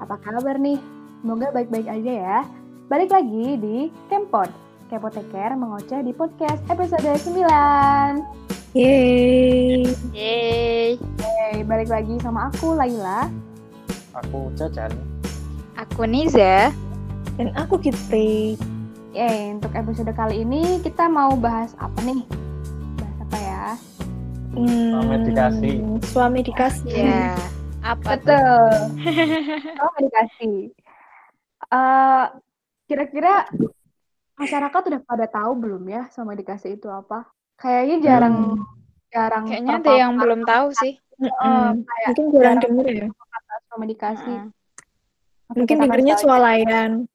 Apa kabar nih? Semoga baik-baik aja ya. Balik lagi di Kempod. Kepoteker mengoceh di podcast episode 9. Yeay. Hey, balik lagi sama aku, Laila. Aku Cacan. Aku Niza. Dan aku Kitri. Untuk episode kali ini kita mau bahas apa nih? Bahas apa ya? Suami dikasih. Ya. Apa Betul. Suami dikasih. Kira-kira masyarakat udah pada tahu belum ya suami dikasih itu apa? Kayaknya jarang Kayaknya ada yang belum tahu sih. Mungkin jarang denger ya. Kata suami dikasih. Mungkin dengernya swalayan.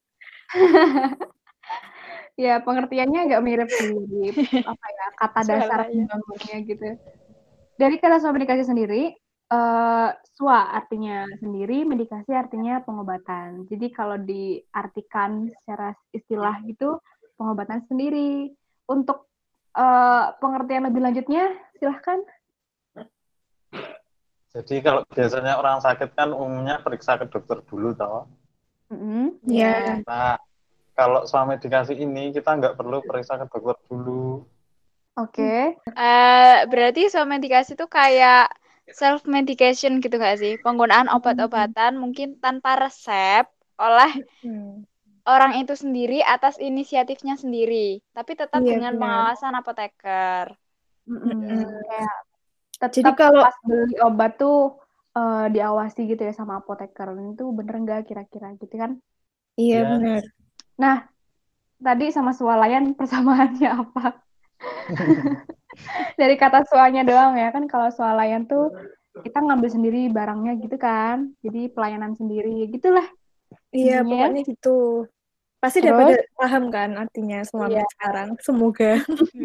Ya, pengertiannya agak mirip sih apa ya, kata dasar pembangunnya gitu. Dari kata suami dikasih sendiri, swa artinya sendiri, medikasi artinya pengobatan. Jadi kalau diartikan secara istilah gitu, pengobatan sendiri. Untuk pengertian lebih lanjutnya, silahkan. Jadi kalau biasanya orang sakit kan umumnya periksa ke dokter dulu toh. Iya. Nah, kalau suami dikasih ini kita nggak perlu periksa ke dokter dulu. Oke. Berarti suami dikasih tuh kayak self medication gitu nggak sih? Penggunaan obat-obatan mungkin tanpa resep oleh orang itu sendiri atas inisiatifnya sendiri, tapi tetap dengan pengawasan apoteker. Kayak tetap Jadi kalau pas beli obat tuh diawasi gitu ya sama apoteker. Itu bener nggak kira-kira gitu kan? Iya benar. Nah, tadi sama swalayan persamaannya apa? Dari kata suanya doang ya kan, kalau swalayan tuh kita ngambil sendiri barangnya gitu kan, jadi pelayanan sendiri gitulah. Iya, intinya. pokoknya gitu. Pasti udah pada paham kan artinya suami sekarang. Semoga.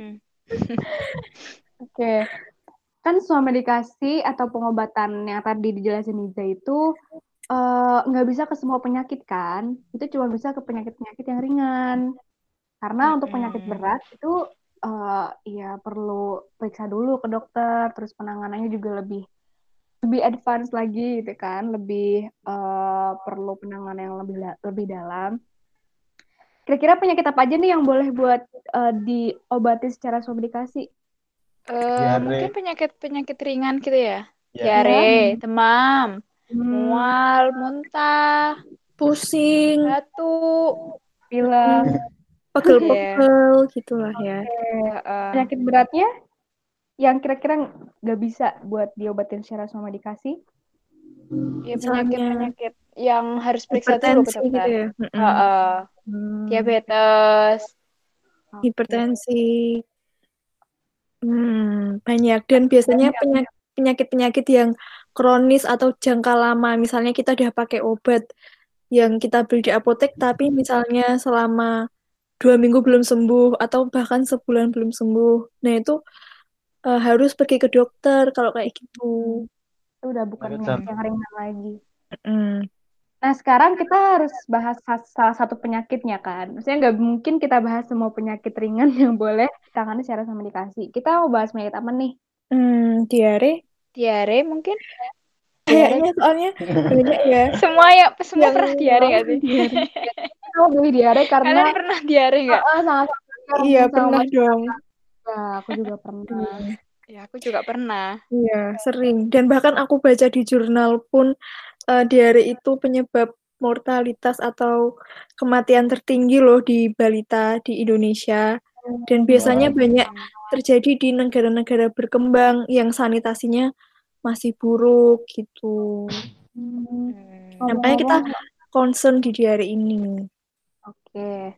Oke. Kan suami dikasih atau pengobatan yang tadi dijelasin Niza itu nggak bisa ke semua penyakit kan, itu cuma bisa ke penyakit-penyakit yang ringan. Karena untuk penyakit berat itu ya perlu periksa dulu ke dokter, terus penanganannya juga lebih advance lagi gitu kan, lebih perlu penanganan yang lebih dalam. Kira-kira penyakit apa aja nih yang boleh buat diobati secara suami dikasih? Mungkin penyakit ringan gitu ya. Diare, demam, mual, muntah, pusing, batuk, pilek, pegel-pegel gitulah ya. Penyakit beratnya yang kira-kira nggak bisa buat diobatin secara suami dikasih? Ya, penyakit-penyakit yang harus periksa dulu ke dokter. Gitu ya. Diabetes, hipertensi. Banyak. Dan biasanya penyakit-penyakit yang kronis atau jangka lama, misalnya kita udah pakai obat yang kita beli di apotek tapi misalnya selama 2 minggu belum sembuh atau bahkan sebulan belum sembuh, nah itu harus pergi ke dokter kalau kayak gitu. Itu udah bukan yang ringan lagi. Nah, sekarang kita harus bahas salah satu penyakitnya kan. Maksudnya nggak mungkin kita bahas semua penyakit ringan yang boleh ditangani secara suami dikasih. Kita mau bahas penyakit apa nih? Diare mungkin. Kayaknya soalnya banyak ya. Semua pernah diare nggak sih? Kamu beli diare karena kalian pernah diare nggak? Iya pernah dong. Ya, aku juga pernah. Ya, aku juga pernah. Iya, sering. Dan bahkan aku baca di jurnal pun diare itu penyebab mortalitas atau kematian tertinggi loh di balita di Indonesia. Dan biasanya banyak terjadi di negara-negara berkembang yang sanitasinya masih buruk gitu. Makanya kita concern di diare ini. Oke.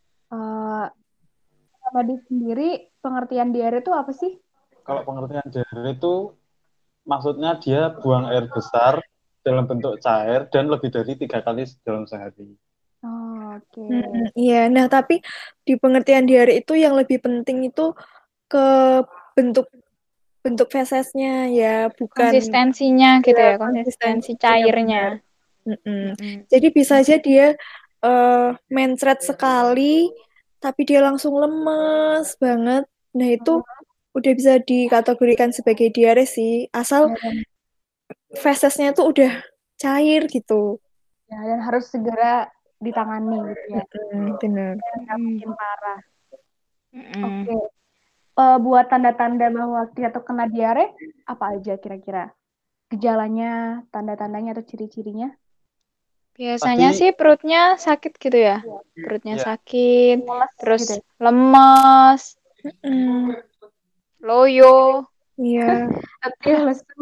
Di sendiri pengertian diare itu apa sih? Kalau pengertian diare itu maksudnya dia buang air besar dalam bentuk cair dan lebih dari 3 kali dalam sehari. Oke. Iya, nah tapi di pengertian diare itu yang lebih penting itu ke bentuk fesesnya ya, bukan konsistensinya gitu ya, konsistensi cairnya. Jadi bisa aja dia mencret sekali tapi dia langsung lemes banget. Nah itu udah bisa dikategorikan sebagai diare sih, asal fesesnya tuh udah cair gitu. Ya, dan harus segera ditangani gitu ya. Benar. Nggak makin parah. Mm-mm. Oke. Buat tanda-tanda bahwa kita tuh kena diare, apa aja kira-kira? Gejalanya, tanda-tandanya atau ciri-cirinya? Biasanya Pasti sih perutnya sakit gitu ya. Perutnya ya sakit, Mules terus gitu ya? lemes, Mm, loyo. Iya, Letih, lesu.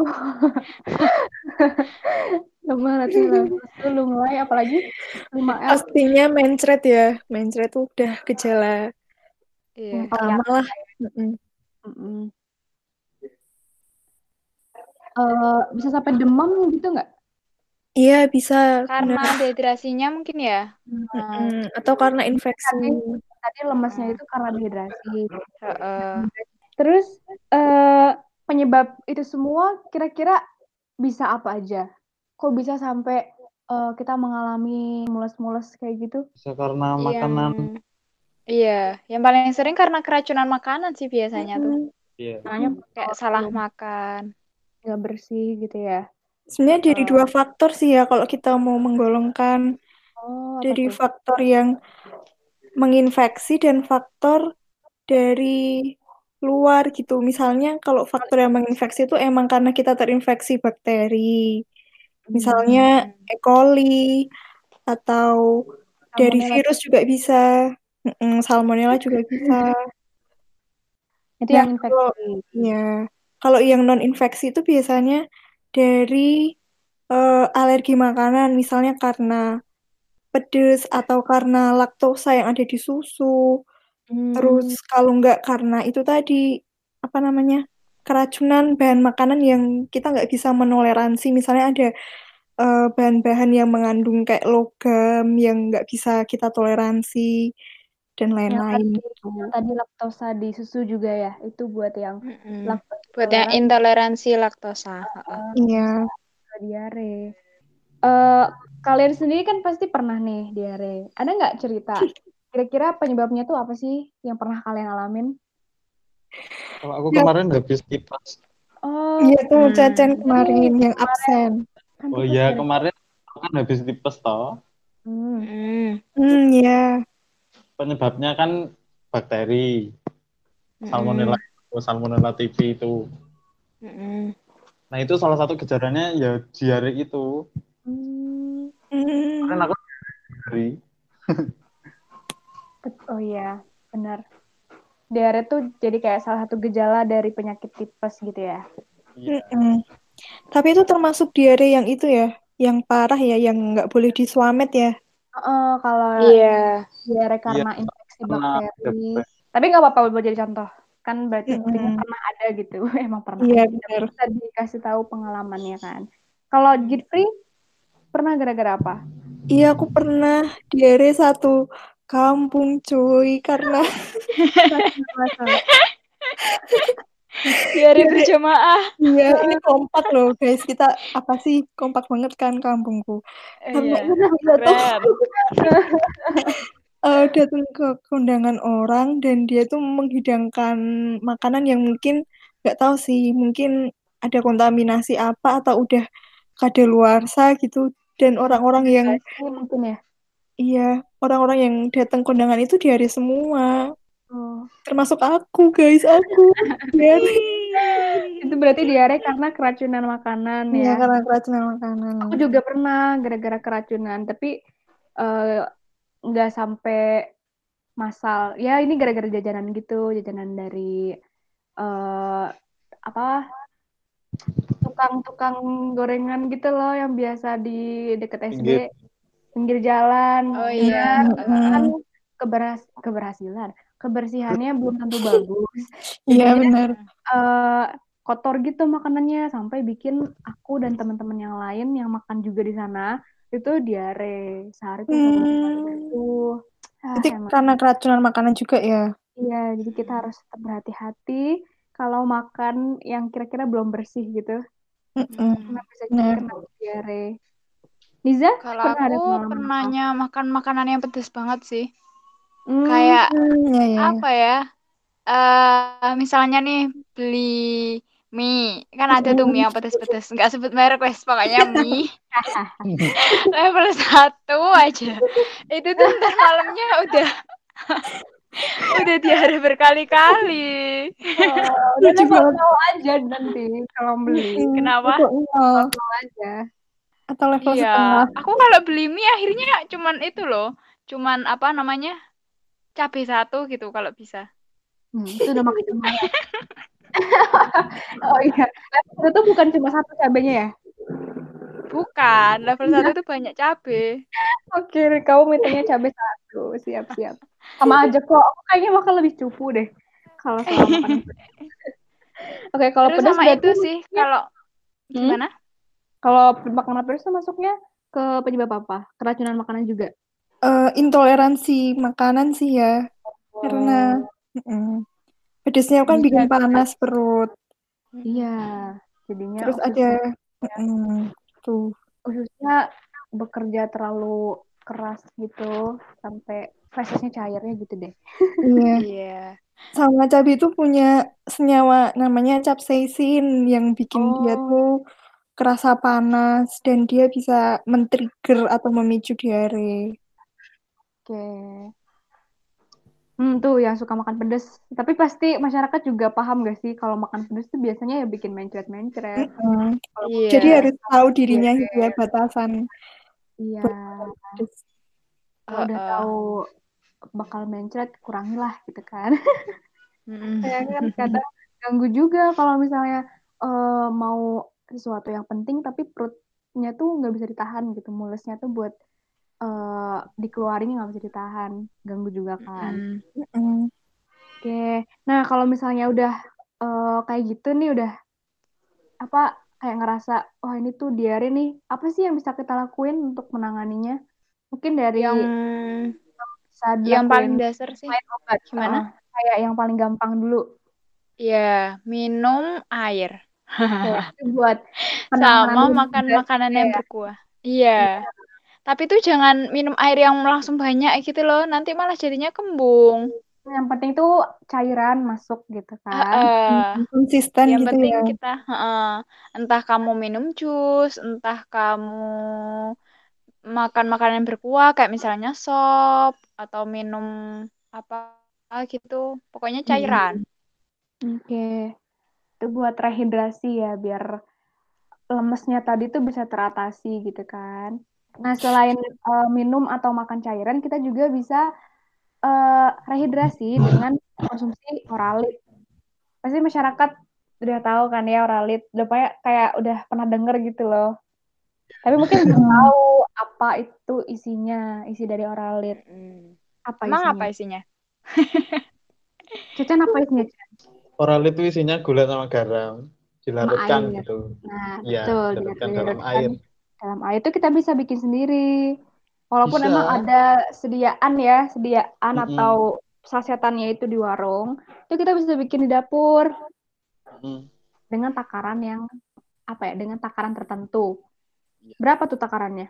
Lemah, letih, lesu, lunglai, apalagi 5L. pastinya mencret ya. Mencret tuh udah gejala Iya. utama lah. Mm-mm. Mm-mm. Bisa sampai demam gitu nggak? Iya, bisa. Karena Benar. dehidrasinya mungkin ya. Atau karena infeksi. Tadi lemesnya Mm-mm. itu karena dehidrasi. Heeh. Terus penyebab itu semua kira-kira bisa apa aja? Kok bisa sampai kita mengalami mules-mules kayak gitu? bisa karena Yang makanan. yang paling sering karena keracunan makanan sih biasanya tuh. Mm. Iya. Namanya Kayak salah makan. nggak bersih gitu ya. Sebenarnya dari dua faktor sih ya kalau kita mau menggolongkan. Oh, apa Dari tuh? faktor yang menginfeksi dan faktor dari luar gitu. Misalnya kalau faktor yang menginfeksi itu emang karena kita terinfeksi bakteri. Misalnya E. coli atau dari Salmonella virus juga bisa. Salmonella juga bisa. itu Nah, yang kalau infeksi. ya, kalau yang non infeksi itu biasanya dari alergi makanan, misalnya karena pedes atau karena laktosa yang ada di susu. Terus kalau nggak karena itu tadi, apa namanya, keracunan bahan makanan yang kita nggak bisa menoleransi. Misalnya ada bahan-bahan yang mengandung kayak logam yang nggak bisa kita toleransi dan Yang lain-lain tadi, gitu. yang tadi laktosa di susu juga ya. Itu buat yang laktosa Buat yang intoleransi laktosa. Heeh. Iya. diare. Kalian sendiri kan pasti pernah nih diare. Ada nggak cerita? Kira-kira penyebabnya tuh apa sih yang pernah kalian alamin? Kalau aku Ya, kemarin habis tipes. Oh, iya tuh Cacen jadi kemarin yang absen. kan Oh tipes iya, dari. kemarin aku kan habis tipes toh. Ya. Penyebabnya kan bakteri Salmonella, Salmonella typhi itu. Nah, itu salah satu gejalanya ya diare itu. Kemarin aku diare. Oh iya, benar. Diare tuh jadi kayak salah satu gejala dari penyakit tipes gitu ya. Iya. Tapi itu termasuk diare yang itu ya, yang parah ya, yang nggak boleh diswamet ya. Kalau Iya. diare Iya, karena infeksi karena bakteri. Tapi nggak apa-apa buat jadi contoh. Kan berarti buktinya Mm-mm. pernah ada gitu. Emang pernah Iya ada. benar. Bisa dikasih tahu pengalamannya kan. Kalau Gitfrey pernah gara-gara apa? Iya aku pernah diare satu kampung cuy karena Diare diare. berjamaah. Iya ini kompak loh guys, kita apa sih kompak banget kan kampungku karena Iya. dia tuh Keren. datang ke kondangan orang dan dia tuh menghidangkan makanan yang mungkin nggak tahu sih, mungkin ada kontaminasi apa atau udah kadaluarsa gitu, dan orang-orang yang Ini mungkin ya. iya, orang-orang yang datang kondangan itu diare semua, Oh. termasuk aku guys, aku diare. Itu berarti diare karena keracunan makanan Iya ya. karena keracunan makanan. Aku juga pernah gara-gara keracunan, tapi nggak sampai masal. Ya ini gara-gara jajanan gitu, jajanan dari apa tukang-tukang gorengan gitu loh yang biasa di deket SD, pinggir. pinggir jalan. Oh Iya, iya. kan keberhasilan, kebersihannya belum tentu bagus. Iya Jadinya benar. kotor gitu makanannya sampai bikin aku dan teman-teman yang lain yang makan juga di sana itu diare sehari tuh sampai 5 kali gitu. Itu Emang. karena keracunan makanan juga ya. Iya, jadi kita harus tetap berhati-hati kalau makan yang kira-kira belum bersih gitu. Karena bisa jadi Benar. kena diare. Niza, Kalau pernah ada aku pengalaman apa? pernahnya makan makanan yang pedes banget sih. Hmm, Kayak Ya, ya. apa ya? Misalnya nih beli mie. Kan ada tuh mie yang pedes-pedes. Nggak sebut merek, wes. Pokoknya mie. Level 1 aja. Itu tuh ntar malamnya udah diare berkali-kali. Udah Lucu level banget. 0 aja nanti kalau beli. Kenapa? Level nol Level aja. atau level Iya. setengah. Aku kalau beli mie akhirnya cuman itu loh. Cuman apa namanya? Cabai 1 gitu kalau bisa. Itu udah maksimal. Oh iya, level itu bukan cuma satu cabenya ya? Bukan, level 1 tuh banyak cabai. Oke, kamu mintanya cabai 1. Siap-siap. Sama aja kok. Aku kayaknya makan lebih cupu deh kalau soal makan. Oke, kalau Terus pedas sama berarti itu sih, masuknya- kalau gimana? kalau makanan pedas tuh masuknya ke penyebab apa? Keracunan makanan juga. Intoleransi makanan sih ya. Karena pedesnya kan bikin panas perut. Iya, jadinya Terus ada tuh. ususnya bekerja terlalu keras gitu sampai fesesnya cairnya gitu deh. Iya. Iya. Sama cabai itu punya senyawa namanya capsaicin yang bikin dia tuh kerasa panas dan dia bisa men-trigger atau memicu diare. Oke. Tuh yang suka makan pedas. Tapi pasti masyarakat juga paham gak sih kalau makan pedas tuh biasanya ya bikin mencret-mencret. Iya. Jadi harus tahu dirinya gitu ya, batasan Iya. pedas. Kalau udah tahu bakal mencret, kurangilah gitu kan. Kayak kan kadang ganggu juga kalau misalnya mau sesuatu yang penting tapi perutnya tuh nggak bisa ditahan gitu. Mulesnya tuh buat dikeluarin nggak bisa ditahan. Ganggu juga kan. Oke. Nah, kalau misalnya udah kayak gitu nih, udah apa kayak ngerasa, oh ini tuh diare nih, apa sih yang bisa kita lakuin untuk menanganinya? Mungkin dari Yang bisa yang paling dilakuin dasar sih. selain obat. Gimana? Kayak yang paling gampang dulu. Iya, minum air. Itu buat Sama penanganan makan dehidrasi makanan yang ya. berkuah. Iya. Tapi tuh jangan minum air yang langsung banyak gitu loh, nanti malah jadinya kembung. Yang penting tuh cairan masuk gitu kan. Konsisten Yang gitu penting ya. kita, entah kamu minum jus, entah kamu makan makanan yang berkuah, kayak misalnya sop, atau minum apa gitu. Pokoknya cairan. Oke. Itu buat rehidrasi ya, biar lemesnya tadi tuh bisa teratasi gitu kan. Nah, selain minum atau makan cairan, kita juga bisa rehidrasi dengan konsumsi oralit. Pasti masyarakat udah tahu kan ya oralit, udah kayak udah pernah denger gitu loh. Tapi mungkin belum tahu apa itu isinya, isi dari oralit. Apa Emang isinya? apa isinya? Cecan apa isinya? Oralit itu isinya gula sama garam, dilarutkan Air. gitu. Nah, Iya, betul. dilarutkan dalam air. Dalam air itu kita bisa bikin sendiri. Walaupun Bisa. emang ada sediaan Mm-mm. atau sasetannya itu di warung, itu kita bisa bikin di dapur dengan takaran yang dengan takaran tertentu. Berapa tuh takarannya?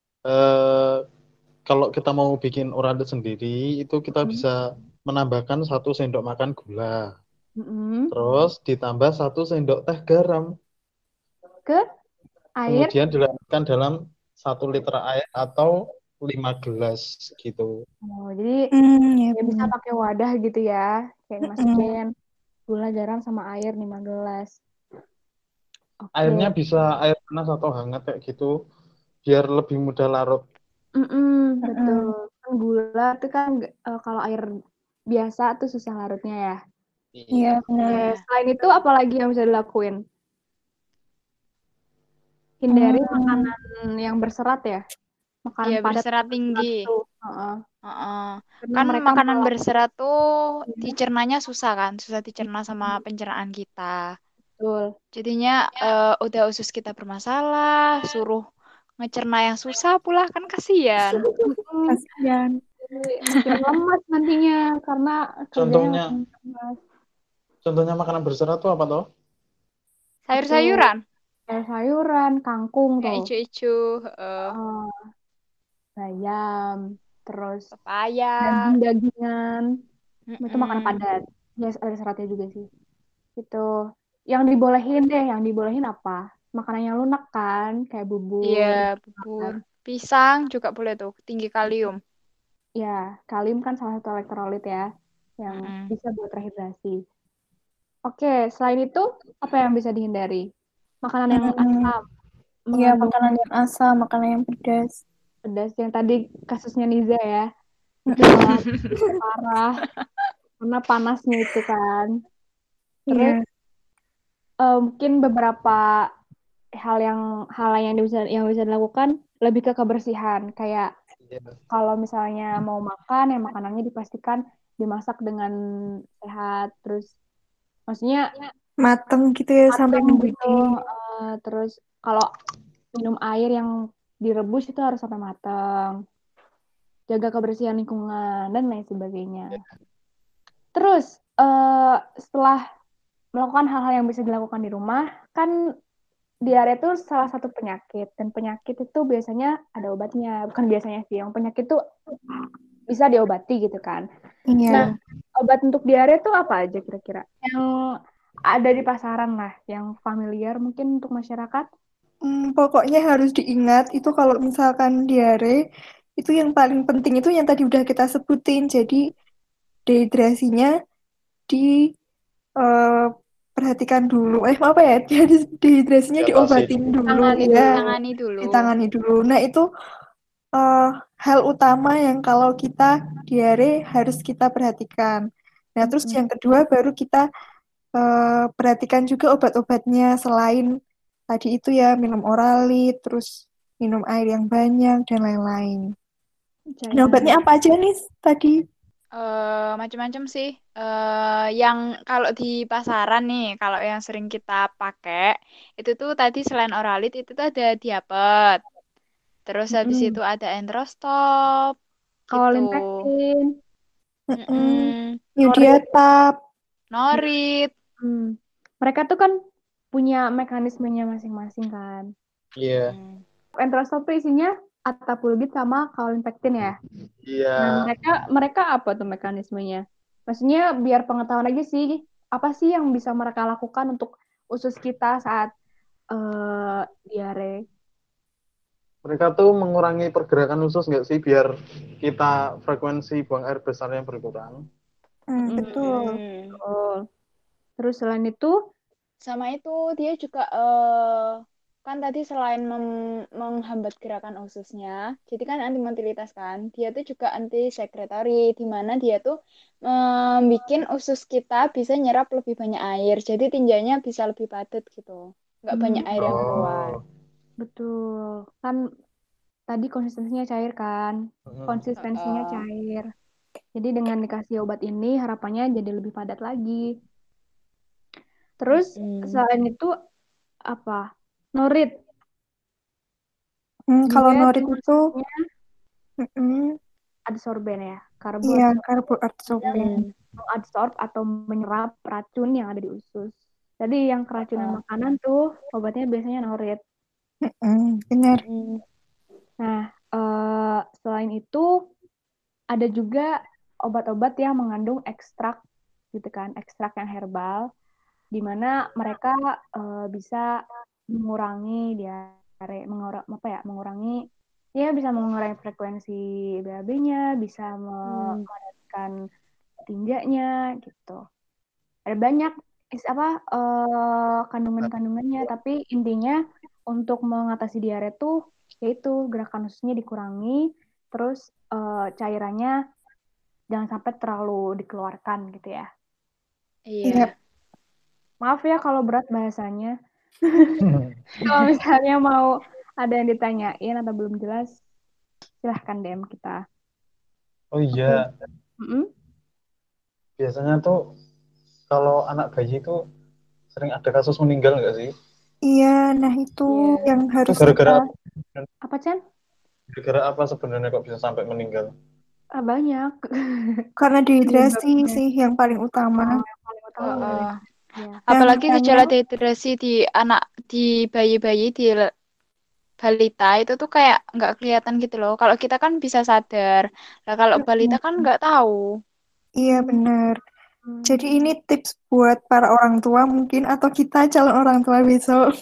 Kalau kita mau bikin oralit sendiri, itu kita bisa menambahkan 1 sendok makan gula. Terus ditambah 1 sendok teh garam. Ke air. Kemudian dilarutkan dalam 1 liter air atau 5 gelas gitu. Oh, jadi ya bisa pakai wadah gitu ya. Kayak masukin gula, garam, sama air 5 gelas. Oke. Airnya bisa air panas atau hangat kayak gitu, biar lebih mudah larut. Betul. Kan gula itu kan kalau air biasa tuh susah larutnya ya. Iya, benar. Selain itu apalagi yang bisa dilakuin? Hindari makanan yang berserat ya. Makanan Iya, padat berserat tinggi. Kan makanan berserat tuh dicernanya susah kan, susah dicerna sama pencernaan kita. Betul. Jadinya udah usus kita bermasalah, suruh ngecerna yang susah pula, kan kasihan. Kasihan. Makin lemas nantinya karena Contohnya makanan berserat tuh apa toh? Sayur-sayuran. Sayur-sayuran, kangkung Kayak tuh. ijo-ijo. Bayam, terus Pepaya. Daging-dagingan. Itu makanan padat. Ya, ada seratnya juga sih. Itu. yang dibolehin apa? Makanan yang lunak kan, kayak bubur. Iya, bubur. Pisang juga boleh tuh, tinggi kalium. Ya, kalium kan salah satu elektrolit ya, yang Mm-mm. bisa buat rehidrasi. Oke, selain itu apa yang bisa dihindari? Makanan yang asam, Iya, mengandung makanan yang asam, makanan yang pedas. pedas yang tadi kasusnya Niza ya. Itu malah parah karena panasnya itu kan. Terus Iya. mungkin beberapa hal yang bisa dilakukan lebih ke kebersihan. Kayak Iya. kalau misalnya mau makan, ya makanannya dipastikan dimasak dengan sehat. Terus maksudnya Mateng gitu ya, sampai mateng gitu. mendidih. Terus kalau minum air yang direbus itu harus sampai mateng. Jaga kebersihan lingkungan dan lain sebagainya. Terus setelah melakukan hal-hal yang bisa dilakukan di rumah, kan diare itu salah satu penyakit, dan penyakit itu biasanya ada obatnya. Bukan biasanya sih, yang penyakit itu bisa diobati gitu kan. Iya. Nah, obat untuk diare itu apa aja kira-kira? Yang ada di pasaran lah, yang familiar mungkin untuk masyarakat. Pokoknya harus diingat itu kalau misalkan diare, itu yang paling penting itu yang tadi udah kita sebutin. Jadi dehidrasinya di eh, perhatikan dulu. Apa ya? Jadi dehidrasinya Diatasi diobatin dulu. dulu, Tangani ya, dulu. Tangani dulu. ditangani dulu. Nah, itu eh, hal utama yang kalau kita diare harus kita perhatikan. Nah, terus yang kedua baru kita perhatikan juga obat-obatnya selain tadi itu ya minum oralit, terus minum air yang banyak dan lain-lain. Nah, obatnya apa aja nih tadi? Macam-macam sih. Yang kalau di pasaran nih, kalau yang sering kita pakai, itu tuh tadi selain oralit itu tuh ada diapet. Terus habis itu ada Enterostop, gitu. Kaolin pektin, Mm-mm. norit. Yudiatap. Norit. Mereka tuh kan punya mekanismenya masing-masing kan. Iya. Enterostop tuh isinya atapulgit sama kaolin pektin ya. Iya. Nah, mereka apa tuh mekanismenya? Maksudnya biar pengetahuan aja sih, apa sih yang bisa mereka lakukan untuk usus kita saat diare? Mereka tuh mengurangi pergerakan usus nggak sih biar kita frekuensi buang air besarnya berkurang. Betul. Oh. Terus selain itu, Sama itu dia juga kan tadi selain menghambat gerakan ususnya, jadi kan anti motilitas kan, dia tuh juga anti sekretori, di mana dia tuh bikin usus kita bisa nyerap lebih banyak air, jadi tinjanya bisa lebih padat gitu, nggak banyak air yang keluar. betul. Kan tadi konsistensinya cair kan? Konsistensinya cair. Jadi dengan dikasih obat ini harapannya jadi lebih padat lagi. Terus selain itu apa? Norit. Kalau Dia norit itu konsepnya mm-mm, adsorben ya, iya karboadsorben. adsorb atau menyerap racun yang ada di usus. Jadi yang keracunan makanan tuh obatnya biasanya norit. Benar. Nah, selain itu ada juga obat-obat yang mengandung ekstrak gitu kan, ekstrak yang herbal, di mana mereka bisa mengurangi diare, mengurangi ya bisa mengurangi frekuensi BAB-nya, bisa memadamkan tinjanya gitu. Ada banyak kandungan-kandungannya, tapi intinya untuk mengatasi diare tuh yaitu gerakan ususnya dikurangi, terus cairannya jangan sampai terlalu dikeluarkan gitu ya. Iya. Maaf ya kalau berat bahasanya. Kalau misalnya mau ada yang ditanyain atau belum jelas, silahkan DM kita. Oh iya, biasanya tuh kalau anak bayi itu sering ada kasus meninggal nggak sih? Iya, nah itu yang Itu harus gara-gara kita... Apa, Chan? Gara-gara apa sebenarnya kok bisa sampai meninggal? Banyak. Karena dehidrasi sih yang paling utama. Ya. Apalagi Yang gejala dehidrasi di bayi-bayi di balita itu tuh kayak nggak kelihatan gitu loh. Kalau kita kan bisa sadar. Nah, kalau balita kan nggak tahu. Iya benar. Jadi ini tips buat para orang tua mungkin atau kita calon orang tua besok.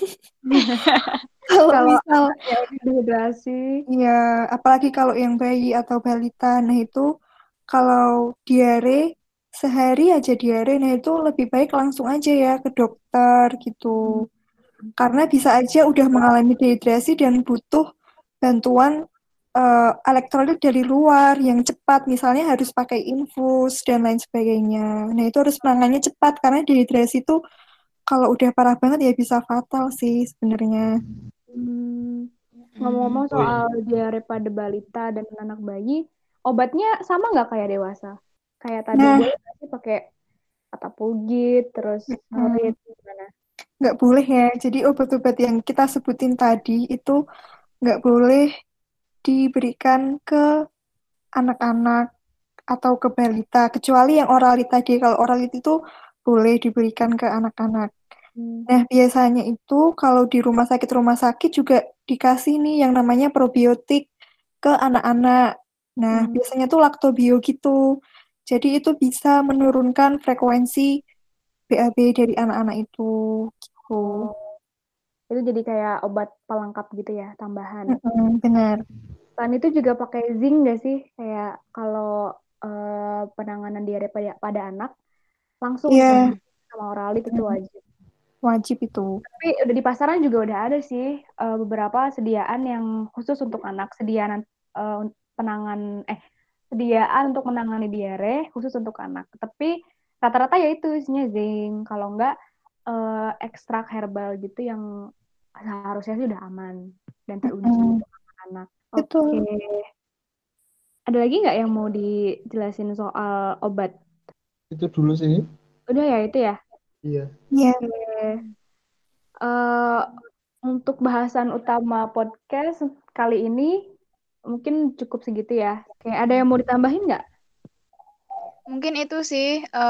Kalau Kalau misal anaknya udah dehidrasi. ya, apalagi kalau yang bayi atau balita, nah itu kalau diare sehari aja diare, nah itu lebih baik langsung aja ya ke dokter gitu. Karena bisa aja udah mengalami dehidrasi dan butuh bantuan elektrolit dari luar yang cepat, misalnya harus pakai infus dan lain sebagainya. Nah itu harus penanganannya cepat karena dehidrasi itu kalau udah parah banget ya bisa fatal sih sebenarnya. Ngomong-ngomong Oh iya. soal diare pada balita dan anak bayi, obatnya sama nggak kayak dewasa? Kayak tadi Nah, boleh nggak sih pakai Atapulgit, terus Norit, gimana? nggak boleh ya. Jadi obat-obat yang kita sebutin tadi itu nggak boleh diberikan ke anak-anak atau ke balita, kecuali yang oralit tadi. Kalau oralit itu boleh diberikan ke anak-anak. Nah, biasanya itu kalau di rumah sakit juga dikasih nih yang namanya probiotik ke anak-anak. Nah, biasanya tuh laktobio gitu. Jadi itu bisa menurunkan frekuensi BAB dari anak-anak itu. Gitu. Oh, itu jadi kayak obat pelengkap gitu ya, tambahan. Benar. Selain itu juga pakai zinc nggak sih? Kayak kalau penanganan diare pada anak, langsung Iya, sama oralit itu wajib. wajib itu. Tapi udah di pasaran juga udah ada sih beberapa sediaan yang khusus untuk anak, eh, penangan sediaan untuk menangani diare khusus untuk anak. Tapi rata-rata ya itu isinya zinc. Kalau enggak ekstrak herbal gitu yang seharusnya sih udah aman dan teruji Mm, untuk anak. Oke, betul. ada lagi nggak yang mau dijelasin soal obat? Itu dulu sih. Udah ya itu ya. Iya. Iya. Oke. Eh, untuk bahasan utama podcast kali ini mungkin cukup segitu ya. Kayak ada yang mau ditambahin nggak? Mungkin itu sih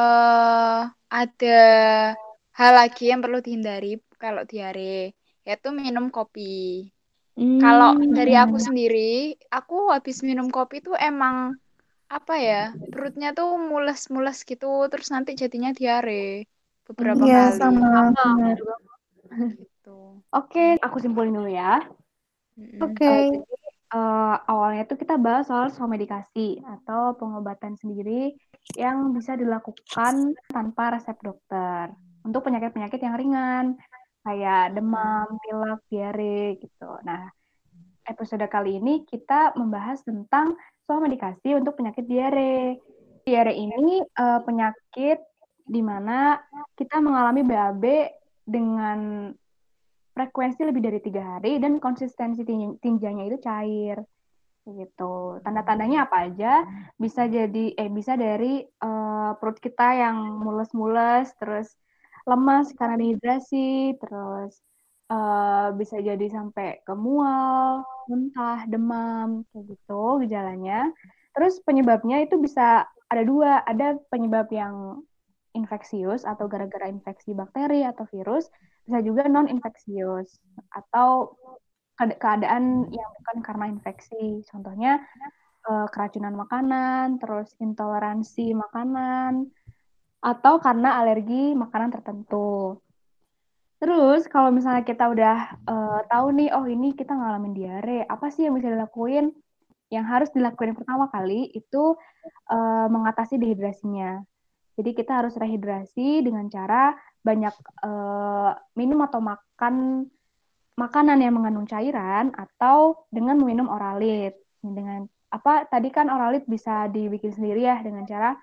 ada hal lagi yang perlu dihindari kalau diare, yaitu minum kopi. Kalau dari aku sendiri, aku habis minum kopi tuh emang apa ya, perutnya tuh mules-mules gitu, terus nanti jadinya diare beberapa Iya, kali. sama. Sama aku Benar. juga. Gitu. Oke, aku simpulin dulu ya. Mm-mm. Oke. Jadi awalnya tuh kita bahas soal somedikasi atau pengobatan sendiri yang bisa dilakukan tanpa resep dokter untuk penyakit-penyakit yang ringan kayak demam, pilek, diare gitu. Nah, episode kali ini kita membahas tentang somedikasi untuk penyakit diare. Diare ini penyakit di mana kita mengalami BAB dengan frekuensi lebih dari 3 hari dan konsistensi tinjanya itu cair gitu. Tanda-tandanya apa aja? Bisa dari perut kita yang mules-mules, terus lemas karena dehidrasi, terus bisa jadi sampai ke mual, muntah, demam, kayak gitu gejalanya. Terus penyebabnya itu bisa ada dua, ada penyebab yang infeksius atau gara-gara infeksi bakteri atau virus, bisa juga non-infeksius atau keadaan yang bukan karena infeksi. Contohnya keracunan makanan, terus intoleransi makanan, atau karena alergi makanan tertentu. Terus kalau misalnya kita udah tahu nih, oh ini kita ngalamin diare, apa sih yang bisa dilakuin? Yang harus dilakuin pertama kali itu mengatasi dehidrasinya. Jadi kita harus rehidrasi dengan cara banyak minum atau makan makanan yang mengandung cairan atau dengan meminum oralit. Dengan apa tadi kan oralit bisa dibikin sendiri ya dengan cara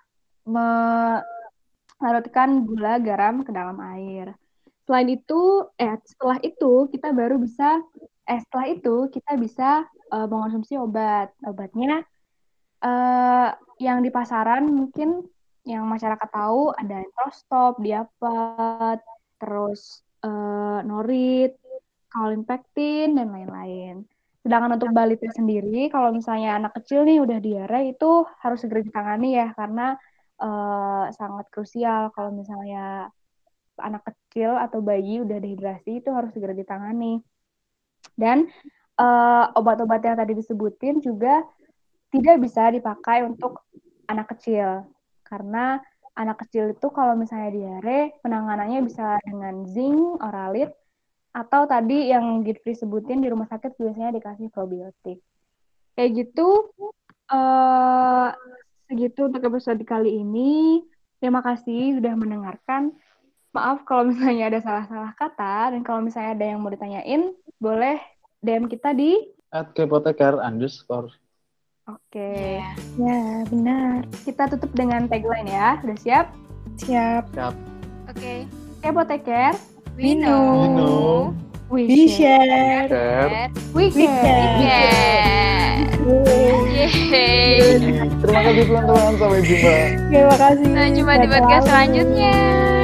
melarutkan gula garam ke dalam air. Setelah itu kita bisa mengonsumsi obat. Obatnya eh, yang di pasaran mungkin yang masyarakat tahu ada Enterostop, Diapet, terus Norit, Kaolimpektin, dan lain-lain. Sedangkan untuk balita sendiri, kalau misalnya anak kecil nih udah diare itu harus segera ditangani ya, karena sangat krusial kalau misalnya anak kecil atau bayi udah dehidrasi itu harus segera ditangani. Dan obat-obat yang tadi disebutin juga tidak bisa dipakai untuk anak kecil karena anak kecil itu kalau misalnya diare, penanganannya bisa dengan zinc, oralit, atau tadi yang Gifri sebutin di rumah sakit biasanya dikasih probiotik. Kayak gitu, segitu untuk episode kali ini. Terima kasih sudah mendengarkan. Maaf kalau misalnya ada salah-salah kata, dan kalau misalnya ada yang mau ditanyain, boleh DM kita di @kepoteker_. Oke. Ya, benar. Kita tutup dengan tagline ya. Udah siap? Siap. Oke. Kepoteker, We We know. we We share, share. we We care. care. Yeah. Yeay. Terima kasih teman-teman, sampai jumpa. Terima kasih. Sampai jumpa di Sehat podcast selalu. selanjutnya.